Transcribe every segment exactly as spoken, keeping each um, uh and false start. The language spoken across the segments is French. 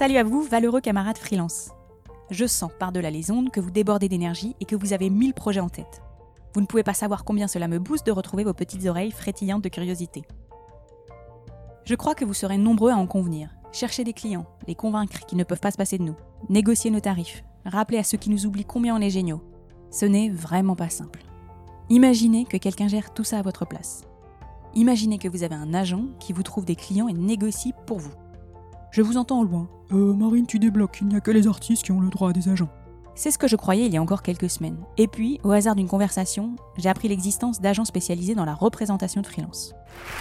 Salut à vous, valeureux camarades freelance. Je sens par-delà les ondes que vous débordez d'énergie et que vous avez mille projets en tête. Vous ne pouvez pas savoir combien cela me booste de retrouver vos petites oreilles frétillantes de curiosité. Je crois que vous serez nombreux à en convenir. Chercher des clients, les convaincre qu'ils ne peuvent pas se passer de nous, négocier nos tarifs, rappeler à ceux qui nous oublient combien on est géniaux. Ce n'est vraiment pas simple. Imaginez que quelqu'un gère tout ça à votre place. Imaginez que vous avez un agent qui vous trouve des clients et négocie pour vous. Je vous entends au loin. Euh, Marine, tu débloques, il n'y a que les artistes qui ont le droit à des agents. C'est ce que je croyais il y a encore quelques semaines. Et puis, au hasard d'une conversation, j'ai appris l'existence d'agents spécialisés dans la représentation de freelance.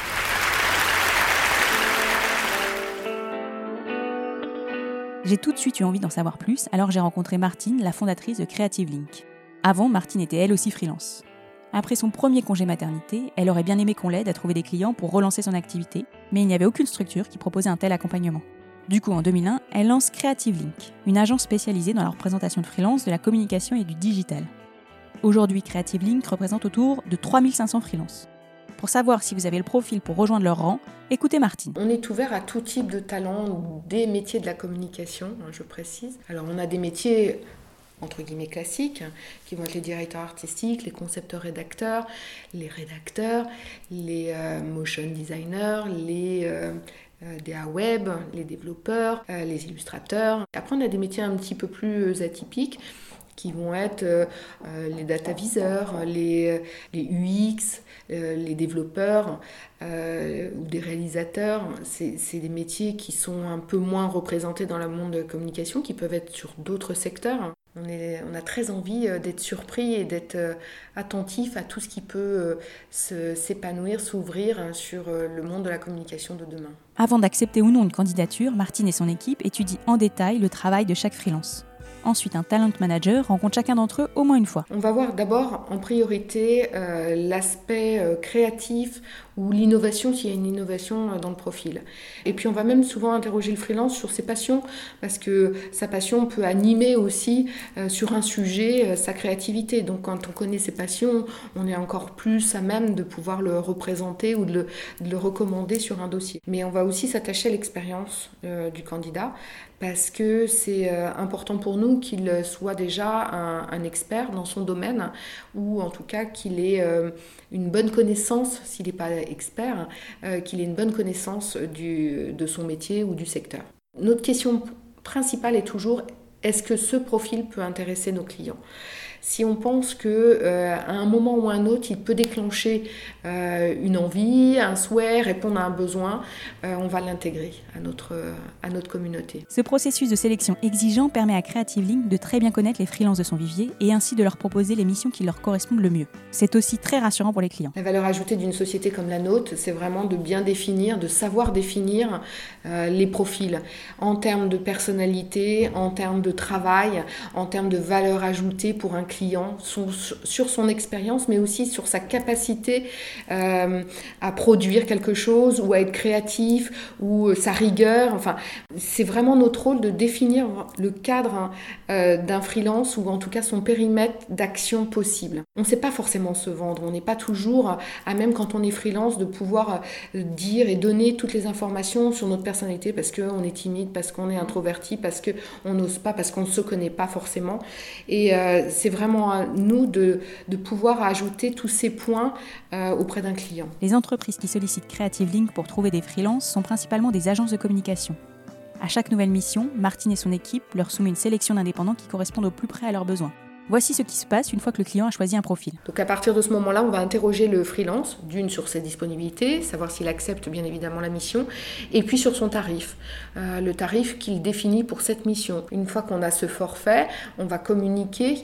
J'ai tout de suite eu envie d'en savoir plus, alors j'ai rencontré Martine, la fondatrice de Creative Link. Avant, Martine était elle aussi freelance. Après son premier congé maternité, elle aurait bien aimé qu'on l'aide à trouver des clients pour relancer son activité, mais il n'y avait aucune structure qui proposait un tel accompagnement. Du coup, en deux mille un, elle lance Creative Link, une agence spécialisée dans la représentation de freelance, de la communication et du digital. Aujourd'hui, Creative Link représente autour de trois mille cinq cents freelances. Pour savoir si vous avez le profil pour rejoindre leur rang, écoutez Martine. On est ouvert à tout type de talents, des métiers de la communication, je précise. Alors on a des métiers entre guillemets classiques, qui vont être les directeurs artistiques, les concepteurs-rédacteurs, les rédacteurs, les euh, motion designers, les euh, euh, D A web, les développeurs, euh, les illustrateurs. Après, on a des métiers un petit peu plus atypiques, qui vont être euh, les data viseurs, les, les U X, euh, les développeurs euh, ou des réalisateurs. C'est, c'est des métiers qui sont un peu moins représentés dans le monde de la communication, qui peuvent être sur d'autres secteurs. On, est, on a très envie d'être surpris et d'être attentif à tout ce qui peut se, s'épanouir, s'ouvrir sur le monde de la communication de demain. Avant d'accepter ou non une candidature, Martine et son équipe étudient en détail le travail de chaque freelance. Ensuite, un talent manager rencontre chacun d'entre eux au moins une fois. On va voir d'abord en priorité euh, l'aspect euh, créatif ou l'innovation, s'il y a une innovation euh, dans le profil. Et puis on va même souvent interroger le freelance sur ses passions, parce que sa passion peut animer aussi euh, sur un sujet euh, sa créativité. Donc quand on connaît ses passions, on est encore plus à même de pouvoir le représenter ou de le, de le recommander sur un dossier. Mais on va aussi s'attacher à l'expérience euh, du candidat, parce que c'est euh, important pour nous qu'il soit déjà un, un expert dans son domaine, ou en tout cas qu'il ait euh, une bonne connaissance, s'il n'est pas expert, euh, qu'il ait une bonne connaissance du, de son métier ou du secteur. Notre question principale est toujours, est-ce que ce profil peut intéresser nos clients ? Si on pense qu'à euh, un moment ou à un autre, il peut déclencher euh, une envie, un souhait, répondre à un besoin, euh, on va l'intégrer à notre, à notre communauté. Ce processus de sélection exigeant permet à Creative Link de très bien connaître les freelances de son vivier et ainsi de leur proposer les missions qui leur correspondent le mieux. C'est aussi très rassurant pour les clients. La valeur ajoutée d'une société comme la nôtre, c'est vraiment de bien définir, de savoir définir euh, les profils en termes de personnalité, en termes de travail, en termes de valeur ajoutée pour un client, son, sur son expérience, mais aussi sur sa capacité euh, à produire quelque chose ou à être créatif ou sa rigueur. Enfin, c'est vraiment notre rôle de définir le cadre euh, d'un freelance ou en tout cas son périmètre d'action possible. On ne sait pas forcément se vendre, on n'est pas toujours à même quand on est freelance de pouvoir dire et donner toutes les informations sur notre personnalité parce qu'on est timide, parce qu'on est introverti, parce qu'on n'ose pas, parce qu'on ne se connaît pas forcément. Et euh, c'est vraiment vraiment à nous de, de pouvoir ajouter tous ces points euh, auprès d'un client. Les entreprises qui sollicitent Creative Link pour trouver des freelances sont principalement des agences de communication. À chaque nouvelle mission, Martine et son équipe leur soumet une sélection d'indépendants qui correspondent au plus près à leurs besoins. Voici ce qui se passe une fois que le client a choisi un profil. Donc à partir de ce moment-là, on va interroger le freelance, d'une sur ses disponibilités, savoir s'il accepte bien évidemment la mission, et puis sur son tarif, euh, le tarif qu'il définit pour cette mission. Une fois qu'on a ce forfait, on va communiquer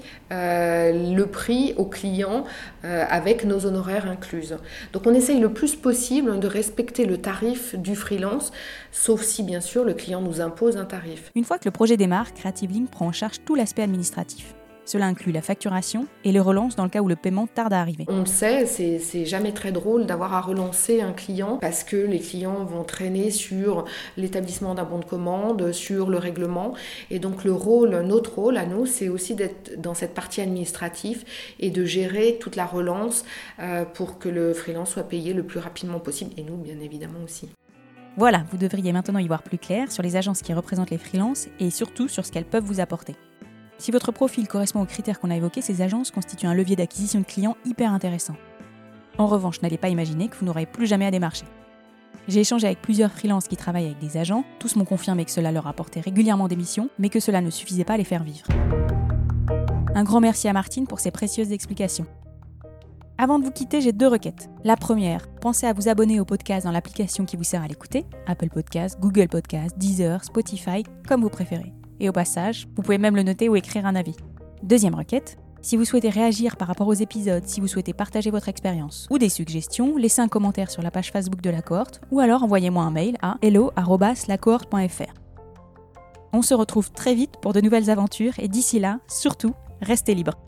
euh, le prix au client euh, avec nos honoraires incluses. Donc on essaye le plus possible de respecter le tarif du freelance, sauf si bien sûr le client nous impose un tarif. Une fois que le projet démarre, Creative Link prend en charge tout l'aspect administratif. Cela inclut la facturation et les relances dans le cas où le paiement tarde à arriver. On le sait, c'est, c'est jamais très drôle d'avoir à relancer un client parce que les clients vont traîner sur l'établissement d'un bon de commande, sur le règlement. Et donc le rôle, notre rôle à nous, c'est aussi d'être dans cette partie administrative et de gérer toute la relance euh, pour que le freelance soit payé le plus rapidement possible. Et nous, bien évidemment aussi. Voilà, vous devriez maintenant y voir plus clair sur les agences qui représentent les freelances et surtout sur ce qu'elles peuvent vous apporter. Si votre profil correspond aux critères qu'on a évoqués, ces agences constituent un levier d'acquisition de clients hyper intéressant. En revanche, n'allez pas imaginer que vous n'aurez plus jamais à démarcher. J'ai échangé avec plusieurs freelances qui travaillent avec des agents, tous m'ont confirmé que cela leur apportait régulièrement des missions, mais que cela ne suffisait pas à les faire vivre. Un grand merci à Martine pour ses précieuses explications. Avant de vous quitter, j'ai deux requêtes. La première, pensez à vous abonner au podcast dans l'application qui vous sert à l'écouter, Apple Podcasts, Google Podcasts, Deezer, Spotify, comme vous préférez. Et au passage, vous pouvez même le noter ou écrire un avis. Deuxième requête, si vous souhaitez réagir par rapport aux épisodes, si vous souhaitez partager votre expérience ou des suggestions, laissez un commentaire sur la page Facebook de la cohorte ou alors envoyez-moi un mail à hello arobase la cohorte point f r. On se retrouve très vite pour de nouvelles aventures et d'ici là, surtout, restez libres.